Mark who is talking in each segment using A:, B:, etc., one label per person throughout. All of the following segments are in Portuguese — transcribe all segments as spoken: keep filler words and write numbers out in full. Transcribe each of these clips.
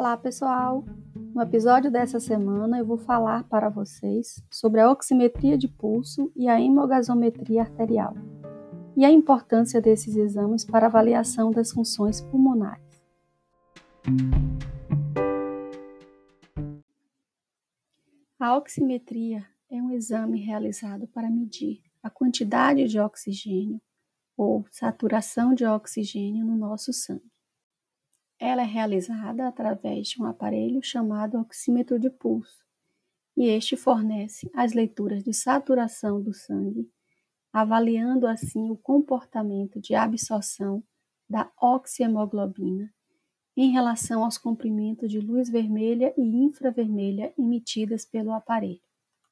A: Olá pessoal! No episódio dessa semana eu vou falar para vocês sobre a oximetria de pulso e a hemogasometria arterial e a importância desses exames para avaliação das funções pulmonares. A oximetria é um exame realizado para medir a quantidade de oxigênio ou saturação de oxigênio no nosso sangue. Ela é realizada através de um aparelho chamado oxímetro de pulso, e este fornece as leituras de saturação do sangue, avaliando assim o comportamento de absorção da oxihemoglobina em relação aos comprimentos de luz vermelha e infravermelha emitidas pelo aparelho.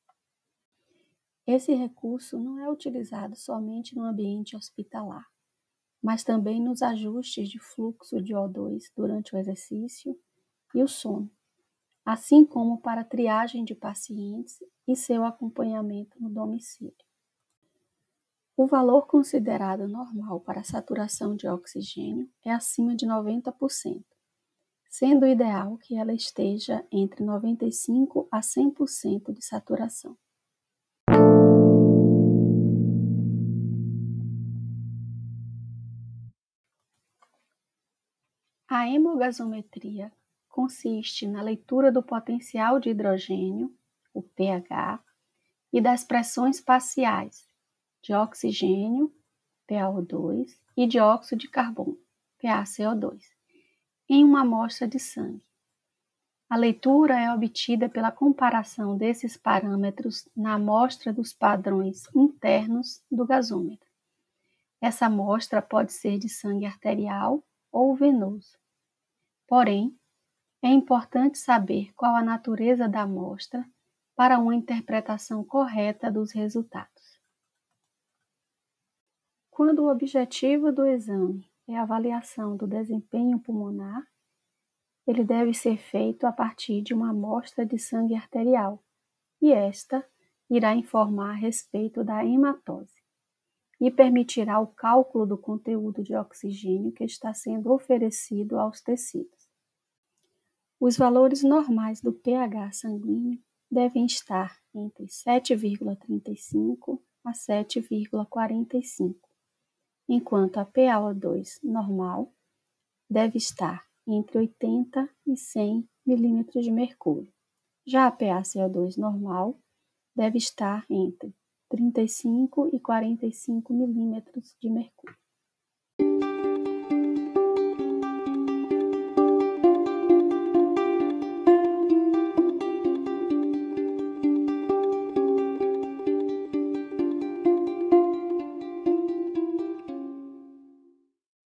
A: Esse recurso não é utilizado somente no ambiente hospitalar, mas também nos ajustes de fluxo de O dois durante o exercício e o sono, assim como para a triagem de pacientes e seu acompanhamento no domicílio. O valor considerado normal para a saturação de oxigênio é acima de noventa por cento, sendo ideal que ela esteja entre noventa e cinco por cento a cem por cento de saturação. A hemogasometria consiste na leitura do potencial de hidrogênio, o pH, e das pressões parciais de oxigênio, P a O dois, e dióxido de carbono, P a C O dois, em uma amostra de sangue. A leitura é obtida pela comparação desses parâmetros na amostra dos padrões internos do gasômetro. Essa amostra pode ser de sangue arterial ou venoso. Porém, é importante saber qual a natureza da amostra para uma interpretação correta dos resultados. Quando o objetivo do exame é a avaliação do desempenho pulmonar, ele deve ser feito a partir de uma amostra de sangue arterial, e esta irá informar a respeito da hematose e permitirá o cálculo do conteúdo de oxigênio que está sendo oferecido aos tecidos. Os valores normais do pH sanguíneo devem estar entre sete vírgula trinta e cinco a sete vírgula quarenta e cinco, enquanto a P a O dois normal deve estar entre oitenta e cem milímetros de mercúrio. Já a P a C O dois normal deve estar entre trinta e cinco e quarenta e cinco milímetros de mercúrio.